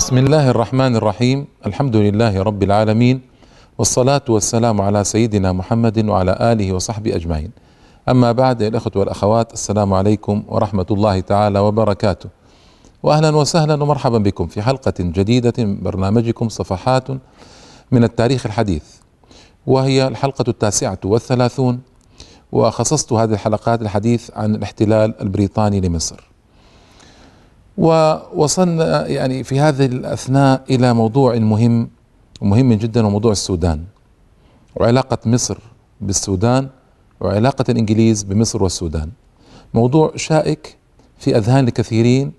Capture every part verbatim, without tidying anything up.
بسم الله الرحمن الرحيم. الحمد لله رب العالمين، والصلاة والسلام على سيدنا محمد وعلى آله وصحبه أجمعين. أما بعد، يا الأخوة والأخوات، السلام عليكم ورحمة الله تعالى وبركاته، وأهلا وسهلا ومرحبا بكم في حلقة جديدة من برنامجكم صفحات من التاريخ الحديث، وهي الحلقة التاسعة والثلاثون، وخصصت هذه الحلقات الحديث عن الاحتلال البريطاني لمصر. ووصلنا يعني في هذه الأثناء إلى موضوع مهم ومهم جدا، وموضوع السودان وعلاقة مصر بالسودان وعلاقة الإنجليز بمصر والسودان. موضوع شائك في أذهان الكثيرين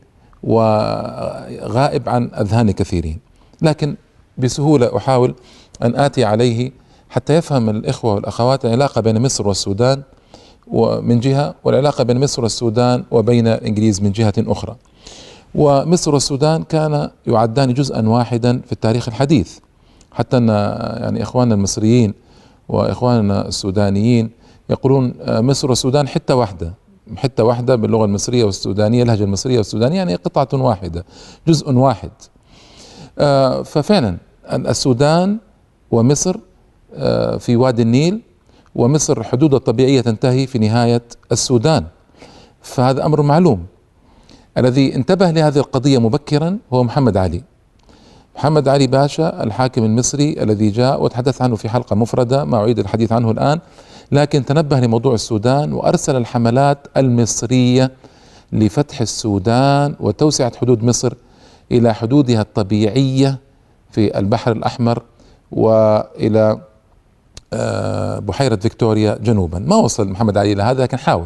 وغائب عن أذهان الكثيرين، لكن بسهولة أحاول أن آتي عليه حتى يفهم الإخوة والأخوات العلاقة بين مصر والسودان ومن جهة، والعلاقة بين مصر والسودان وبين الإنجليز من جهة أخرى. ومصر والسودان كان يعدان جزءا واحدا في التاريخ الحديث، حتى أن يعني إخواننا المصريين وإخواننا السودانيين يقولون مصر والسودان حتة واحدة، حتة واحدة باللغة المصرية والسودانية، اللهجة المصرية والسودانية، يعني قطعة واحدة، جزء واحد. ففعلا السودان ومصر في وادي النيل، ومصر حدودها الطبيعية تنتهي في نهاية السودان، فهذا أمر معلوم. الذي انتبه لهذه القضية مبكرا هو محمد علي محمد علي باشا الحاكم المصري الذي جاء وتحدث عنه في حلقة مفردة، ما أعيد الحديث عنه الآن، لكن تنبه لموضوع السودان وأرسل الحملات المصرية لفتح السودان وتوسعة حدود مصر إلى حدودها الطبيعية في البحر الأحمر وإلى بحيرة فيكتوريا جنوبا. ما وصل محمد علي إلى هذا، لكن حاول.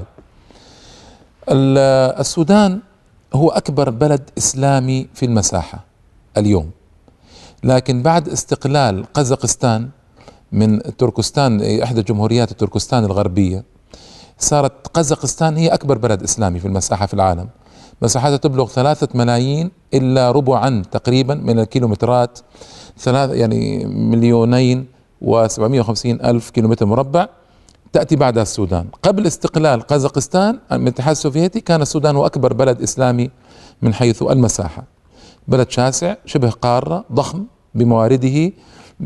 السودان هو أكبر بلد إسلامي في المساحة اليوم، لكن بعد استقلال قزاقستان من تركستان، إحدى جمهوريات تركستان الغربية، صارت قزاقستان هي أكبر بلد إسلامي في المساحة في العالم. مساحتها تبلغ ثلاثة ملايين إلا ربعا تقريبا من الكيلومترات، ثلاث يعني مليونين وسبعمائة وخمسين ألف كيلومتر مربع. تأتي بعدها السودان. قبل استقلال قزاقستان من الاتحاد السوفيتي كان السودان هو أكبر بلد إسلامي من حيث المساحة، بلد شاسع شبه قارة، ضخم بموارده،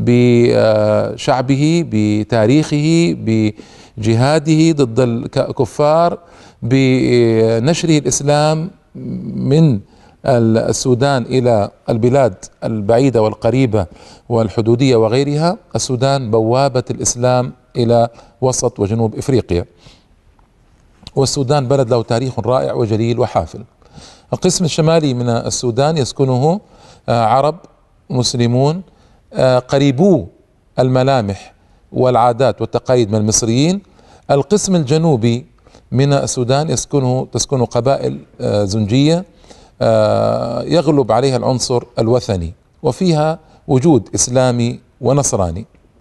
بشعبه، بتاريخه، بجهاده ضد الكفار، بنشره الإسلام من السودان إلى البلاد البعيدة والقريبة والحدودية وغيرها. السودان بوابة الإسلام إلى وسط وجنوب إفريقيا، والسودان بلد له تاريخ رائع وجليل وحافل. القسم الشمالي من السودان يسكنه عرب مسلمون قريبو الملامح والعادات والتقاليد من المصريين. القسم الجنوبي من السودان يسكنه تسكنه قبائل زنجية يغلب عليها العنصر الوثني، وفيها وجود إسلامي ونصراني.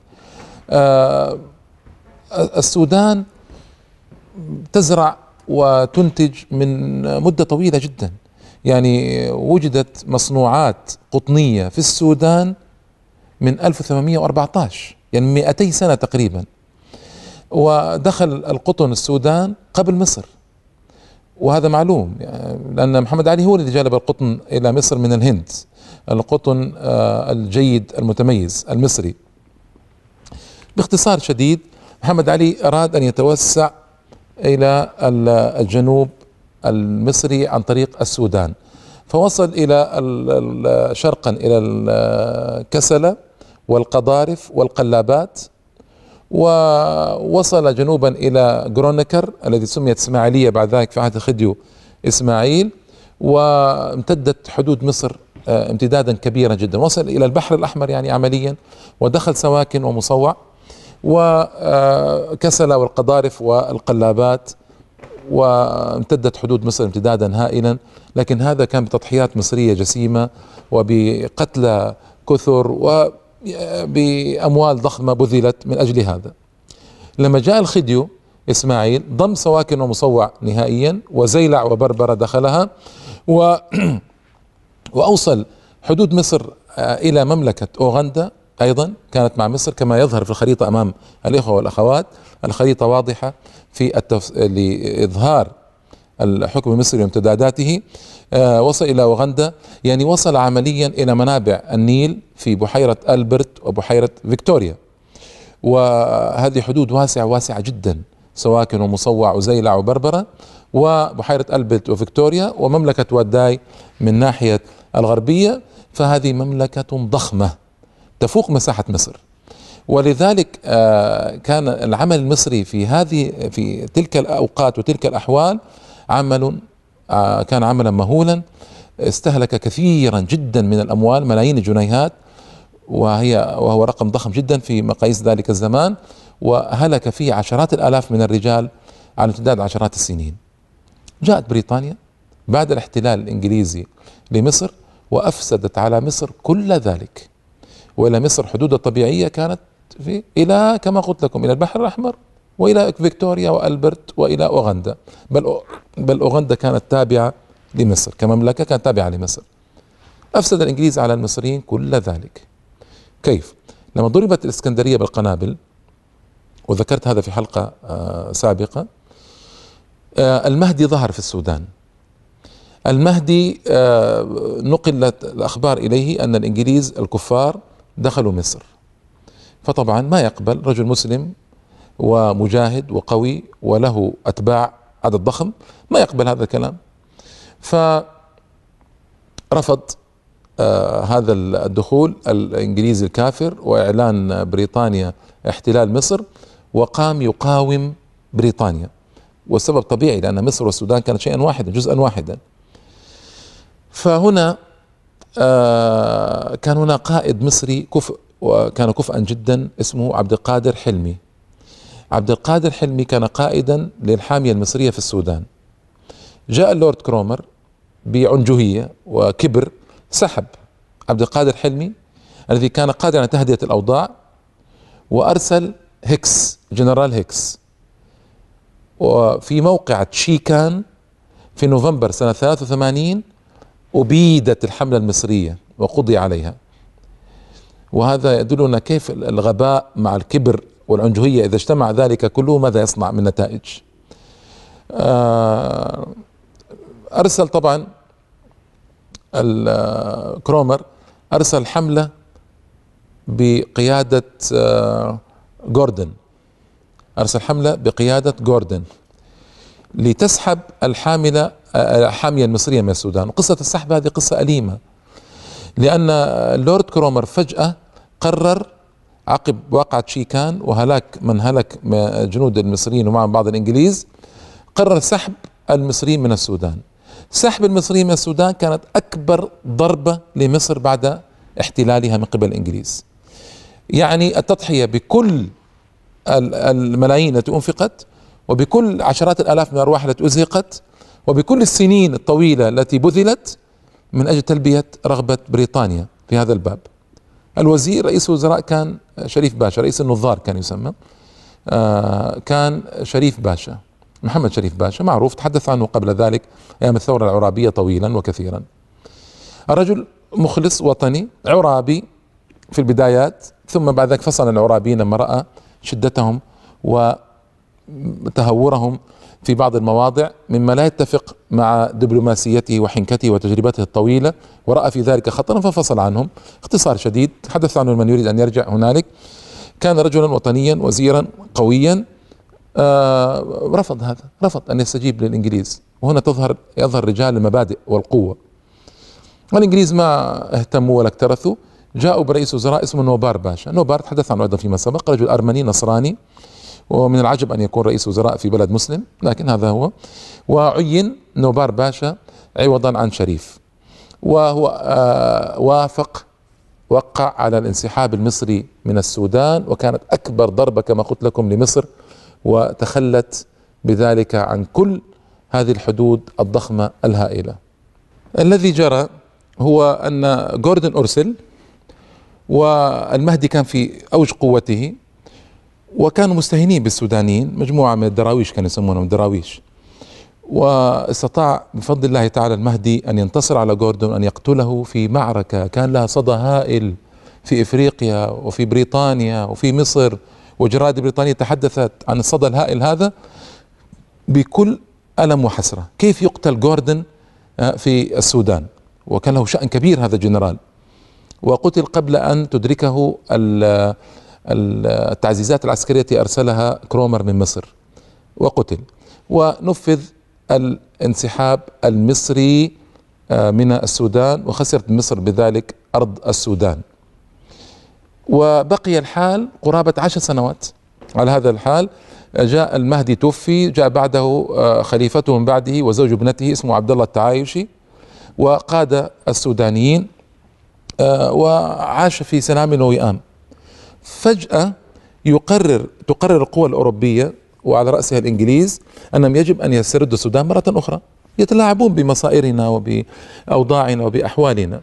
السودان تزرع وتنتج من مدة طويلة جدا، يعني وجدت مصنوعات قطنية في السودان من ألف وثمانمائة وأربعة عشر، يعني مئتي سنة تقريبا. ودخل القطن السودان قبل مصر، وهذا معلوم يعني لأن محمد علي هو الذي جلب القطن إلى مصر من الهند، القطن الجيد المتميز المصري. باختصار شديد، محمد علي أراد أن يتوسع إلى الجنوب المصري عن طريق السودان، فوصل إلى شرقا إلى الكسلة والقضارف والقلابات، ووصل جنوبا إلى جرونكر الذي سميت إسماعيلية بعد ذلك في عهد الخديو إسماعيل، وامتدت حدود مصر امتدادا كبيرا جدا، وصل إلى البحر الأحمر يعني عمليا، ودخل سواكن ومصوع وكسلة والقضارف والقلابات، وامتدت حدود مصر امتدادا هائلا. لكن هذا كان بتضحيات مصرية جسيمة وبقتلى كثر وبأموال ضخمة بذلت من أجل هذا. لما جاء الخديو إسماعيل ضم سواكن ومصوع نهائيا، وزيلع وبربرة دخلها، و وأوصل حدود مصر إلى مملكة أوغندا، أيضا كانت مع مصر كما يظهر في الخريطة أمام الإخوة والأخوات. الخريطة واضحة في التف... لإظهار الحكم المصري وامتداداته، وصل إلى أوغندا، يعني وصل عمليا إلى منابع النيل في بحيرة ألبرت وبحيرة فيكتوريا، وهذه حدود واسعة واسعة جدا، سواكن ومصوع وزيلع وبربرة وبحيرة ألبرت وفيكتوريا ومملكة واداي من ناحية الغربية. فهذه مملكة ضخمة تفوق مساحة مصر، ولذلك كان العمل المصري في هذه في تلك الأوقات وتلك الأحوال عمل كان عملا مهولا، استهلك كثيرا جدا من الأموال، ملايين الجنيهات، وهي وهو رقم ضخم جدا في مقاييس ذلك الزمان، وهلك فيه عشرات الآلاف من الرجال على امتداد عشرات السنين. جاءت بريطانيا بعد الاحتلال الإنجليزي لمصر وأفسدت على مصر كل ذلك، وإلى مصر حدودها الطبيعية كانت في إلى كما قلت لكم إلى البحر الأحمر وإلى فيكتوريا وألبرت وإلى أوغندا، بل بل أوغندا كانت تابعة لمصر كمملكة، كانت تابعة لمصر. أفسد الإنجليز على المصريين كل ذلك. كيف؟ لما ضربت الإسكندرية بالقنابل، وذكرت هذا في حلقة آه سابقة، آه المهدي ظهر في السودان. المهدي آه نقلت الأخبار إليه أن الإنجليز الكفار دخلوا مصر، فطبعا ما يقبل رجل مسلم ومجاهد وقوي وله أتباع عدد ضخم، ما يقبل هذا الكلام، فرفض آه هذا الدخول الإنجليزي الكافر وإعلان بريطانيا احتلال مصر، وقام يقاوم بريطانيا، والسبب طبيعي لأن مصر والسودان كانت شيئا واحدا، جزءا واحدا. فهنا آه كان هنا قائد مصري كفء، وكان كفءا جدا، اسمه عبد القادر حلمي. عبد القادر حلمي كان قائدا للحامية المصرية في السودان. جاء اللورد كرومر بعنجهية وكبر، سحب عبد القادر حلمي الذي كان قادرا على تهدئة الأوضاع، وأرسل هيكس، جنرال هيكس، وفي موقعة شيكان في نوفمبر سنة ثلاثة وثمانين أبيدت الحملة المصرية وقضي عليها. وهذا يدلنا كيف الغباء مع الكبر والعنجهية إذا اجتمع ذلك كله ماذا يصنع من نتائج. أرسل طبعا كرومر أرسل حملة بقيادة جوردن، أرسل حملة بقيادة جوردن لتسحب الحاملة الحامية المصرية من السودان. وقصة السحب هذه قصة أليمة، لأن اللورد كرومر فجأة قرر عقب واقعة شيكان وهلاك من هلك جنود المصريين ومعهم بعض الإنجليز، قرر سحب المصريين من السودان. سحب المصريين من السودان كانت أكبر ضربة لمصر بعد احتلالها من قبل الإنجليز، يعني التضحية بكل الملايين التي أنفقت، وبكل عشرات الآلاف من الأرواح التي أزهقت، وبكل السنين الطويلة التي بذلت من أجل تلبية رغبة بريطانيا في هذا الباب. الوزير رئيس الوزراء كان شريف باشا، رئيس النظار كان يسمى، آه كان شريف باشا، محمد شريف باشا معروف، تحدث عنه قبل ذلك أيام الثورة العرابية طويلا وكثيرا. الرجل مخلص وطني عرابي في البدايات، ثم بعد ذلك فصل العرابيين لما رأى شدتهم وتهورهم في بعض المواضع مما لا يتفق مع دبلوماسيته وحنكته وتجربته الطويلة، ورأى في ذلك خطرا ففصل عنهم. اختصار شديد تحدث عنه من يريد أن يرجع هنالك. كان رجلا وطنيا وزيرا قويا، آه رفض هذا، رفض أن يستجيب للإنجليز. وهنا تظهر يظهر رجال المبادئ والقوة. والإنجليز ما اهتموا ولا اكترثوا، جاءوا برئيس وزراء اسمه نوبار باشا. نوبار تحدث عنه أيضا فيما سبق، رجل أرمني نصراني، ومن العجب أن يكون رئيس وزراء في بلد مسلم، لكن هذا هو. وعين نوبار باشا عوضا عن شريف، وهو آه وافق، وقع على الانسحاب المصري من السودان، وكانت أكبر ضربة كما قلت لكم لمصر، وتخلت بذلك عن كل هذه الحدود الضخمة الهائلة. الذي جرى هو أن جوردن أرسل، والمهدي كان في أوج قوته، وكانوا مستهينين بالسودانيين، مجموعة من الدراويش كانوا يسمونهم الدراويش. واستطاع بفضل الله تعالى المهدي أن ينتصر على جوردن، أن يقتله في معركة كان لها صدى هائل في إفريقيا وفي بريطانيا وفي مصر، وجرائد بريطانية تحدثت عن الصدى الهائل هذا بكل ألم وحسرة، كيف يقتل جوردن في السودان، وكان له شأن كبير هذا الجنرال، وقتل قبل أن تدركه التعزيزات العسكرية التي أرسلها كرومر من مصر، وقتل، ونفذ الانسحاب المصري من السودان، وخسرت مصر بذلك أرض السودان، وبقي الحال قرابة عشر سنوات على هذا الحال. جاء المهدي توفي، جاء بعده خليفته من بعده وزوج ابنته اسمه عبد الله التعايشي، وقاد السودانيين وعاش في سلام ووئام. فجأة يقرر تقرر القوى الأوروبية وعلى رأسها الإنجليز أنهم يجب أن يستردوا السودان مرة أخرى، يتلاعبون بمصائرنا وبأوضاعنا وبأحوالنا.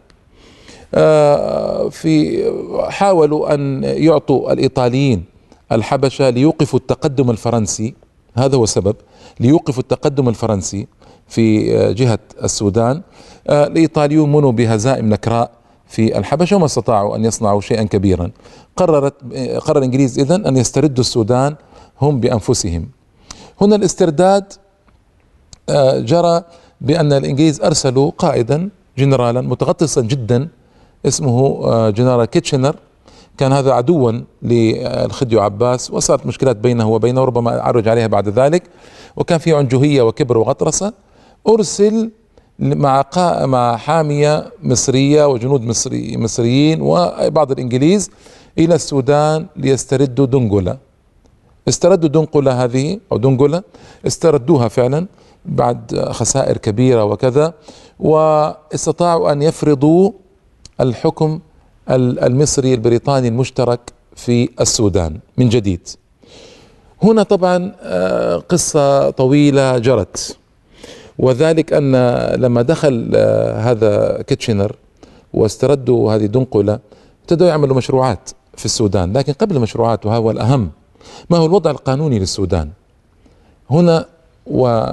في حاولوا أن يعطوا الإيطاليين الحبشة ليوقفوا التقدم الفرنسي، هذا هو السبب، ليوقفوا التقدم الفرنسي في جهة السودان. الإيطاليون منوا بهزائم نكراء في الحبشة وما استطاعوا أن يصنعوا شيئا كبيرا. قررت قرر الإنجليز إذن أن يستردوا السودان هم بأنفسهم. هنا الاسترداد جرى بأن الإنجليز أرسلوا قائدا جنرالا متغطرسا جدا اسمه جنرال كيتشنر، كان هذا عدوا للخديو عباس، وصارت مشكلات بينه وبينه وربما عرج عليها بعد ذلك، وكان في عنجهية وكبر وغطرسة. أرسل مع مع حامية مصرية وجنود مصري مصريين وبعض الإنجليز إلى السودان ليستردوا دنقلة. استردوا دنقلة هذه أو دنقلة، استردوها فعلا بعد خسائر كبيرة وكذا، واستطاعوا أن يفرضوا الحكم المصري البريطاني المشترك في السودان من جديد. هنا طبعا قصة طويلة جرت، وذلك أن لما دخل هذا كيتشنر واستردوا هذه دنقلة ابتدوا يعملوا مشروعات في السودان، لكن قبل المشروعات وهو الأهم ما هو الوضع القانوني للسودان هنا. و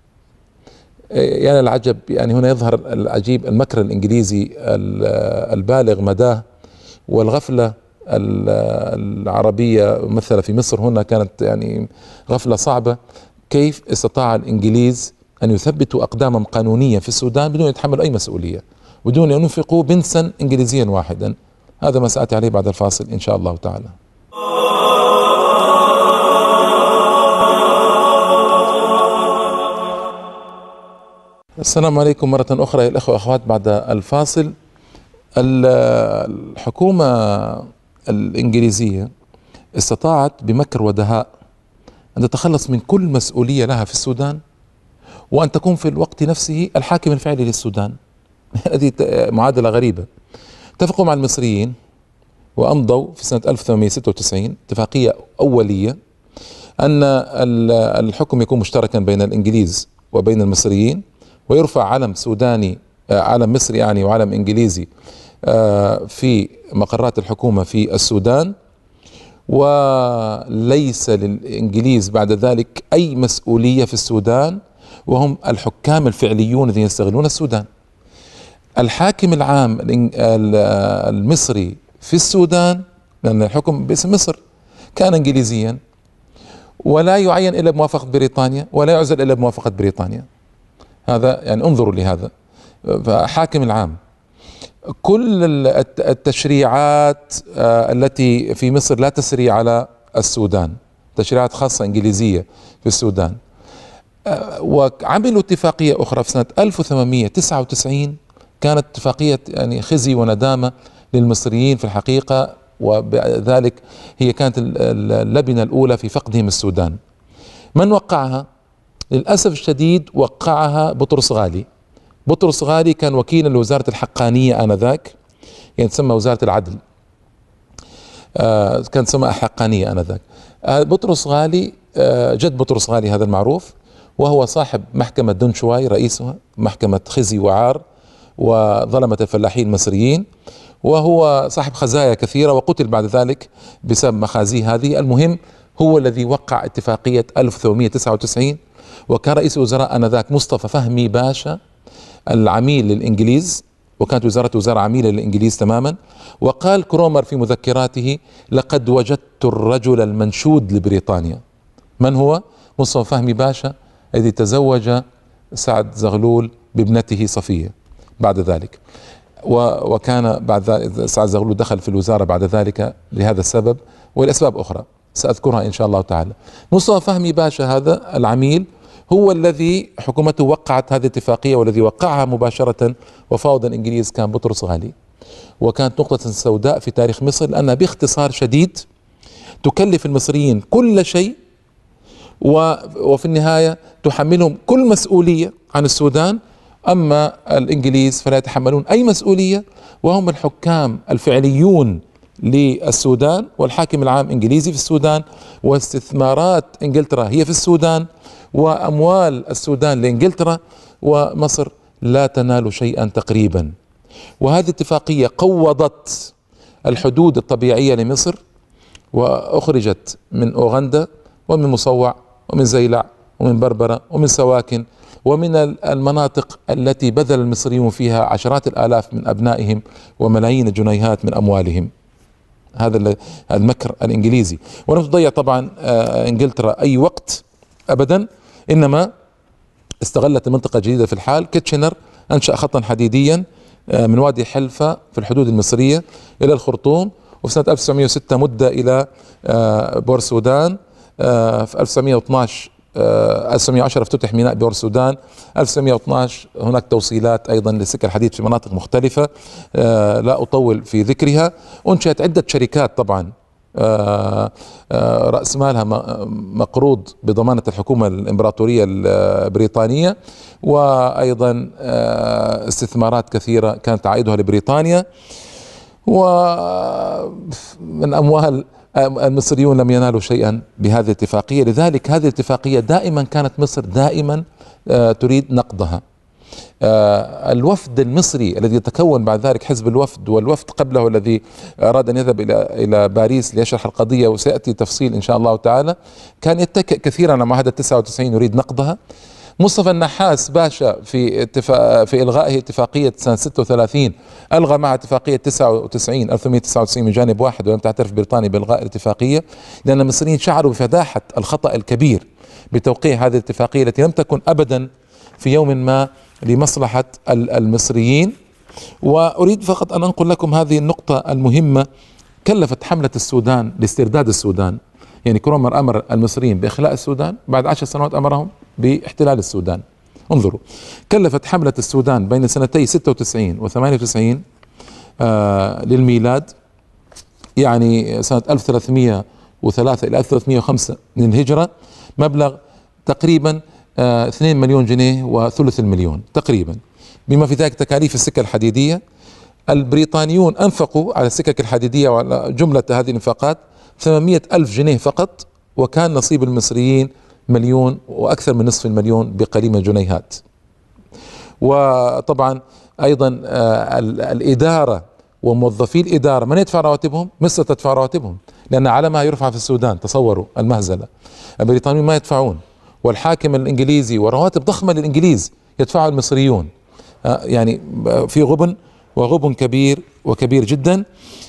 يعني العجب، يعني هنا يظهر العجيب المكر الإنجليزي البالغ مداه، والغفلة العربية مثلا في مصر هنا كانت يعني غفلة صعبة. كيف استطاع الإنجليز أن يثبتوا أقدامهم قانونيا في السودان بدون أن يتحملوا أي مسؤولية، بدون أن ينفقوا بنسا إنجليزيا واحدا؟ هذا ما سأتي عليه بعد الفاصل إن شاء الله تعالى. السلام عليكم مرة أخرى يا الأخوة والأخوات بعد الفاصل. الحكومة الإنجليزية استطاعت بمكر ودهاء أن تتخلص من كل مسؤولية لها في السودان، وأن تكون في الوقت نفسه الحاكم الفعلي للسودان. هذه معادلة غريبة. اتفقوا مع المصريين وأمضوا في سنة ألف وثمانمئة وستة وتسعين اتفاقية أولية أن الحكم يكون مشتركا بين الإنجليز وبين المصريين، ويرفع علم سوداني، علم مصري يعني وعلم إنجليزي في مقرات الحكومة في السودان، وليس للإنجليز بعد ذلك أي مسؤولية في السودان، وهم الحكام الفعليون الذين يستغلون السودان. الحاكم العام المصري في السودان، لأن الحكم باسم مصر، كان إنجليزيا، ولا يعين إلا بموافقة بريطانيا، ولا يعزل إلا بموافقة بريطانيا. هذا يعني انظروا لهذا. فحاكم العام، كل التشريعات التي في مصر لا تسري على السودان، تشريعات خاصة إنجليزية في السودان. وعملوا اتفاقية أخرى في سنة ألف وثمانمئة وتسعة وتسعين، كانت اتفاقية يعني خزي وندامة للمصريين في الحقيقة، وبذلك هي كانت اللبنة الأولى في فقدهم السودان. من وقعها؟ للأسف الشديد وقعها بطرس غالي. بطرس غالي كان وكيلا لوزارة الحقانية آنذاك، يعني تسمى وزارة العدل، آه كان تسمى الحقانية آنذاك. آه بطرس غالي، آه جد بطرس غالي هذا المعروف، وهو صاحب محكمة دنشواي، رئيسها محكمة خزي وعار وظلمة الفلاحين المصريين، وهو صاحب خزايا كثيرة، وقتل بعد ذلك بسبب مخازيه هذه. المهم هو الذي وقع اتفاقية ألف وثمانمئة وتسعة وتسعين، وكان رئيس الوزراء آنذاك مصطفى فهمي باشا العميل للإنجليز، وكانت وزارة وزارة عميلة للإنجليز تماما. وقال كرومر في مذكراته: لقد وجدت الرجل المنشود لبريطانيا. من هو؟ مصطفى فهمي باشا الذي تزوج سعد زغلول بابنته صفية بعد ذلك، وكان بعد ذلك سعد زغلول دخل في الوزارة بعد ذلك لهذا السبب ولأسباب أخرى سأذكرها إن شاء الله تعالى. مصطفى فهمي باشا هذا العميل هو الذي حكومته وقعت هذه الاتفاقية، والذي وقعها مباشرة وفاوض الإنجليز كان بطرس غالي، وكانت نقطة سوداء في تاريخ مصر، لأنها باختصار شديد تكلف المصريين كل شيء، وفي النهاية تحملهم كل مسؤولية عن السودان، أما الإنجليز فلا يتحملون أي مسؤولية، وهم الحكام الفعليون للسودان، والحاكم العام إنجليزي في السودان، واستثمارات إنجلترا هي في السودان، وأموال السودان لإنجلترا، ومصر لا تنال شيئا تقريبا. وهذه الاتفاقية قوضت الحدود الطبيعية لمصر، وأخرجت من أوغندا ومن مصوع ومن زيلع ومن بربرة ومن سواكن ومن المناطق التي بذل المصريون فيها عشرات الآلاف من أبنائهم وملايين الجنيهات من أموالهم. هذا المكر الإنجليزي. ولم تضيع طبعا إنجلترا أي وقت أبدا، إنما استغلت المنطقة الجديدة في الحال. كيتشنر أنشأ خطا حديديا من وادي حلفة في الحدود المصرية إلى الخرطوم، وفي سنة ألف وتسعمئة وستة مد إلى بور السودان. في ألف وتسعمئة واثني عشر ألف وتسعمئة وعشرة افتتح ميناء بور السودان. ألف وتسعمئة واثني عشر هناك توصيلات أيضا للسكة الحديد في مناطق مختلفة لا أطول في ذكرها. أنشأت عدة شركات طبعا رأس مالها مقروض بضمانة الحكومة الإمبراطورية البريطانية، وأيضا استثمارات كثيرة كانت تعايدها لبريطانيا، ومن أموال المصريون لم ينالوا شيئا بهذه الاتفاقية. لذلك هذه الاتفاقية دائما كانت مصر دائما تريد نقضها. الوفد المصري الذي يتكون بعد ذلك حزب الوفد، والوفد قبله الذي أراد أن يذهب إلى إلى باريس ليشرح القضية، وسيأتي تفصيل إن شاء الله تعالى، كان يتكئ كثيرا على معاهدة تسعة وتسعين يريد نقضها. مصطفى النحاس باشا في اتفاق في إلغائه اتفاقية سنة ستة وثلاثين ألغى مع اتفاقية تسعة وتسعين ألف وثمانمئة وتسعة وتسعين من جانب واحد، ولم تعترف بريطانيا بإلغاء الاتفاقية، لأن المصريين شعروا بفداحة الخطأ الكبير بتوقيع هذه الاتفاقية التي لم تكن أبدا في يوم ما لمصلحة المصريين. وأريد فقط أن أنقل لكم هذه النقطة المهمة. كلفت حملة السودان لاسترداد السودان، يعني كرومر أمر المصريين بإخلاء السودان، بعد عشر سنوات أمرهم باحتلال السودان. انظروا، كلفت حملة السودان بين سنتي ستة وتسعين و ثمانية وتسعين آه للميلاد، يعني سنة ألف وثلاثمئة وثلاثة إلى ألف وثلاثمئة وخمسة من الهجرة، مبلغ تقريبا آه اثنين مليون جنيه وثلث المليون تقريبا، بما في ذلك تكاليف السكة الحديدية. البريطانيون أنفقوا على السكك الحديدية وعلى جملة هذه الانفاقات ثمانمئة ألف جنيه فقط، وكان نصيب المصريين مليون وأكثر من نصف المليون بقليل من الجنيهات. وطبعا أيضا الإدارة وموظفي الإدارة من يدفع رواتبهم؟ مصر تدفع رواتبهم، لأن علمها يرفع في السودان. تصوروا المهزلة، البريطانيون ما يدفعون، والحاكم الإنجليزي ورواتب ضخمة للإنجليز يدفعها المصريون. يعني في غبن وغبن كبير وكبير جدا.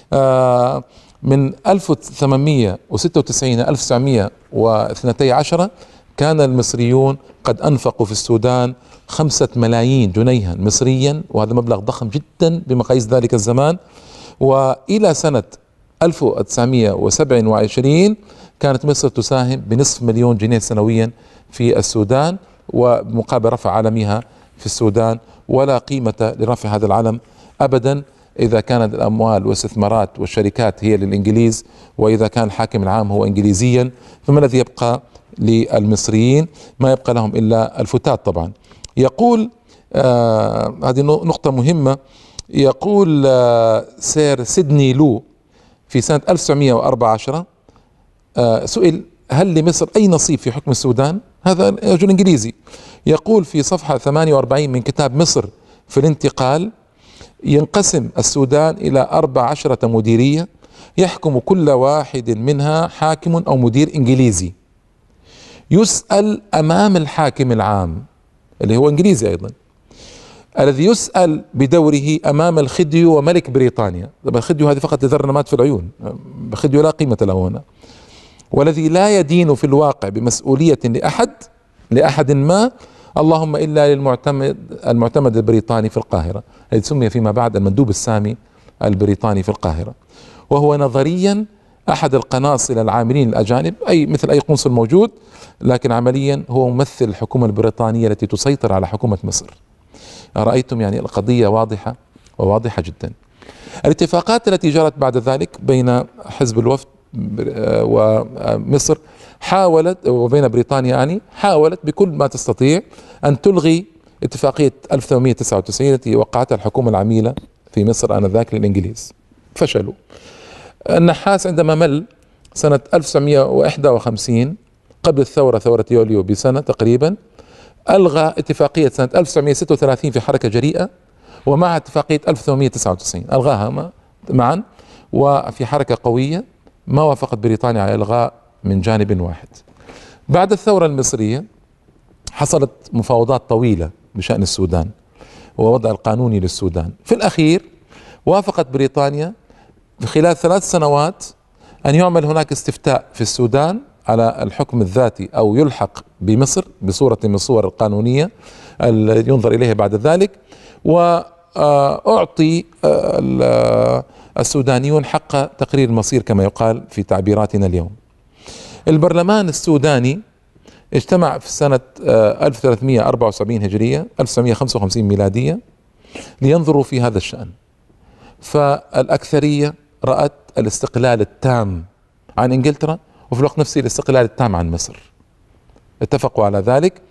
من ألف وثمانمئة وستة وتسعين إلى ألف وتسعمئة واثني عشر كان المصريون قد أنفقوا في السودان خمسة ملايين جنيها مصريا، وهذا مبلغ ضخم جدا بمقاييس ذلك الزمان. وإلى سنة ألف وتسعمئة وسبعة وعشرين كانت مصر تساهم بنصف مليون جنيه سنويا في السودان، ومقابل رفع علمها في السودان. ولا قيمة لرفع هذا العلم أبدا إذا كانت الأموال والاستثمارات والشركات هي للإنجليز، وإذا كان الحاكم العام هو إنجليزيا، فما الذي يبقى للمصريين؟ ما يبقى لهم إلا الفتات طبعا. يقول آه هذه نقطة مهمة. يقول آه سير سيدني لو في سنة ألف وتسعمئة وأربعة عشر آه سئل هل لمصر أي نصيب في حكم السودان؟ هذا رجل إنجليزي. يقول في صفحة ثمانية وأربعين من كتاب مصر في الانتقال: ينقسم السودان إلى أربع عشرة مديرية، يحكم كل واحد منها حاكم أو مدير إنجليزي، يسأل أمام الحاكم العام اللي هو إنجليزي أيضا، الذي يسأل بدوره أمام الخديو وملك بريطانيا. طبعا الخديو هذه فقط لذرنمات في العيون، الخديو لا قيمة له هنا، والذي لا يدين في الواقع بمسؤولية لأحد لأحد ما، اللهم إلا للمعتمد المعتمد البريطاني في القاهرة، الذي سمي فيما بعد المندوب السامي البريطاني في القاهرة، وهو نظريا أحد القناصلة العاملين الأجانب، أي مثل أي قنصل موجود، لكن عمليا هو ممثل الحكومة البريطانية التي تسيطر على حكومة مصر. رأيتم يعني القضية واضحة وواضحة جدا. الاتفاقات التي جرت بعد ذلك بين حزب الوفد ومصر حاولت، وبين بريطانيا يعني، حاولت بكل ما تستطيع أن تلغي اتفاقية ألف وثمانمئة وتسعة وتسعين التي وقعتها الحكومة العميلة في مصر آنذاك للإنجليز، فشلوا. النحاس عندما مل سنة ألف وتسعمئة وواحد وخمسين قبل الثورة، ثورة يوليو بسنة تقريبا، ألغى اتفاقية سنة ألف وتسعمئة وستة وثلاثين في حركة جريئة، ومع اتفاقية ألف وثمانمئة وتسعة وتسعين ألغاها معا، وفي حركة قوية ما وافقت بريطانيا على إلغاء من جانب واحد. بعد الثورة المصرية حصلت مفاوضات طويلة بشأن السودان ووضع القانوني للسودان. في الأخير وافقت بريطانيا في خلال ثلاث سنوات أن يعمل هناك استفتاء في السودان على الحكم الذاتي أو يلحق بمصر بصورة من الصور القانونية ينظر إليها بعد ذلك، وأعطي السودانيون حق تقرير المصير كما يقال في تعبيراتنا اليوم. البرلمان السوداني اجتمع في سنة ألف وثلاثمئة وأربعة وسبعين هجرية ألف وتسعمئة وخمسة وخمسين ميلادية لينظروا في هذا الشأن، فالأكثرية رأت الاستقلال التام عن إنجلترا وفي الوقت نفسه الاستقلال التام عن مصر، اتفقوا على ذلك،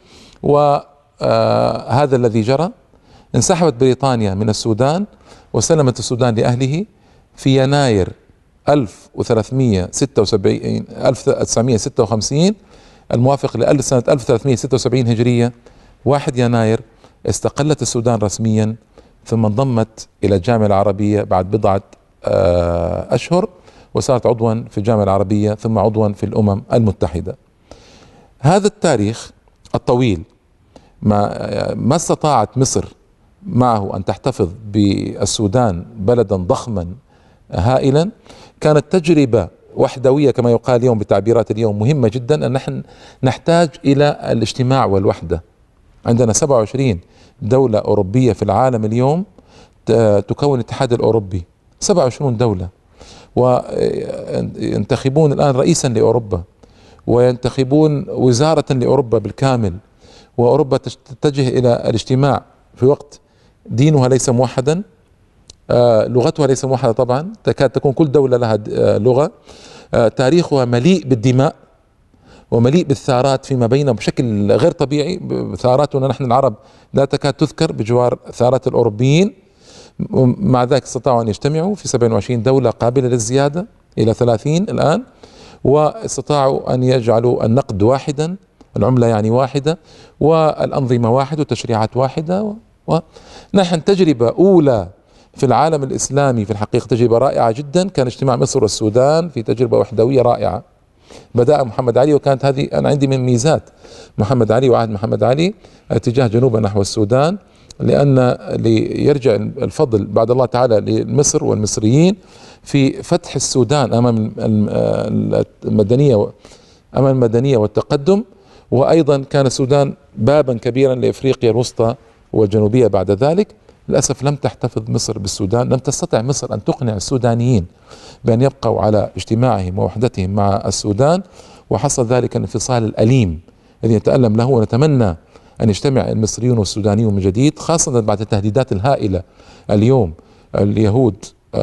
وهذا الذي جرى. انسحبت بريطانيا من السودان وسلمت السودان لأهله في يناير ألف وثلاثمئة وستة وسبعين ألف وتسعمئة وستة وخمسين الموافق لألف سنة ألف وثلاثمئة وستة وسبعين هجرية. واحد يناير استقلت السودان رسميا، ثم انضمت إلى الجامعة العربية بعد بضعة أشهر، وصارت عضوا في الجامعة العربية ثم عضوا في الأمم المتحدة. هذا التاريخ الطويل ما ما استطاعت مصر معه أن تحتفظ بالسودان بلدا ضخما هائلا. كانت تجربة وحدوية كما يقال اليوم بتعبيرات اليوم مهمة جدا، أن نحن نحتاج إلى الاجتماع والوحدة. عندنا سبعة وعشرين دولة أوروبية في العالم اليوم تكون الاتحاد الأوروبي، سبعة وعشرين دولة، وينتخبون الآن رئيسا لأوروبا، وينتخبون وزارة لأوروبا بالكامل، وأوروبا تتجه إلى الاجتماع في وقت دينها ليس موحدا، آه لغتها ليس موحدة طبعا، تكاد تكون كل دولة لها آه لغة، آه تاريخها مليء بالدماء ومليء بالثارات فيما بينهم بشكل غير طبيعي. ثاراتنا نحن العرب لا تكاد تذكر بجوار ثارات الأوروبيين، مع ذلك استطاعوا أن يجتمعوا في سبعة وعشرين دولة قابلة للزيادة إلى ثلاثين الآن، واستطاعوا أن يجعلوا النقد واحدا، العملة يعني واحدة، والأنظمة واحدة وتشريعات واحدة. ونحن تجربة أولى في العالم الإسلامي في الحقيقة، تجربة رائعة جدا، كان اجتماع مصر والسودان في تجربة وحدوية رائعة. بدأ محمد علي، وكانت هذه أنا عندي من ميزات محمد علي وعهد محمد علي اتجاه جنوبا نحو السودان، لأن ليرجع الفضل بعد الله تعالى لمصر والمصريين في فتح السودان أمام المدنية أمام المدنية والتقدم، وأيضا كان السودان بابا كبيرا لإفريقيا الوسطى والجنوبية بعد ذلك. للأسف لم تحتفظ مصر بالسودان، لم تستطع مصر أن تقنع السودانيين بأن يبقوا على اجتماعهم ووحدتهم مع السودان، وحصل ذلك الانفصال الأليم الذي نتألم له، ونتمنى أن يجتمع المصريون والسودانيون من جديد، خاصة بعد التهديدات الهائلة. اليوم اليهود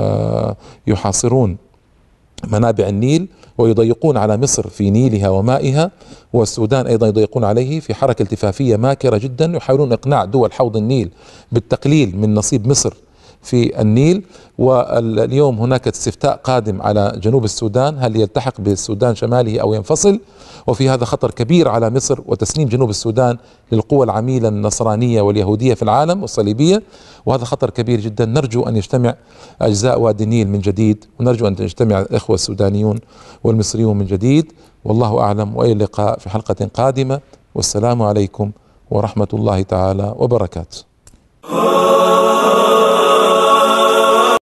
يحاصرون منابع النيل ويضيقون على مصر في نيلها ومائها، والسودان أيضا يضيقون عليه في حركة التفافية ماكرة جدا، يحاولون إقناع دول حوض النيل بالتقليل من نصيب مصر في النيل. واليوم هناك استفتاء قادم على جنوب السودان، هل يلتحق بالسودان شماله أو ينفصل، وفي هذا خطر كبير على مصر وتسليم جنوب السودان للقوى العميلة النصرانية واليهودية في العالم والصليبية، وهذا خطر كبير جدا. نرجو أن يجتمع أجزاء وادي النيل من جديد، ونرجو أن يجتمع الإخوة السودانيون والمصريون من جديد، والله أعلم، وإلى اللقاء في حلقة قادمة، والسلام عليكم ورحمة الله تعالى وبركاته.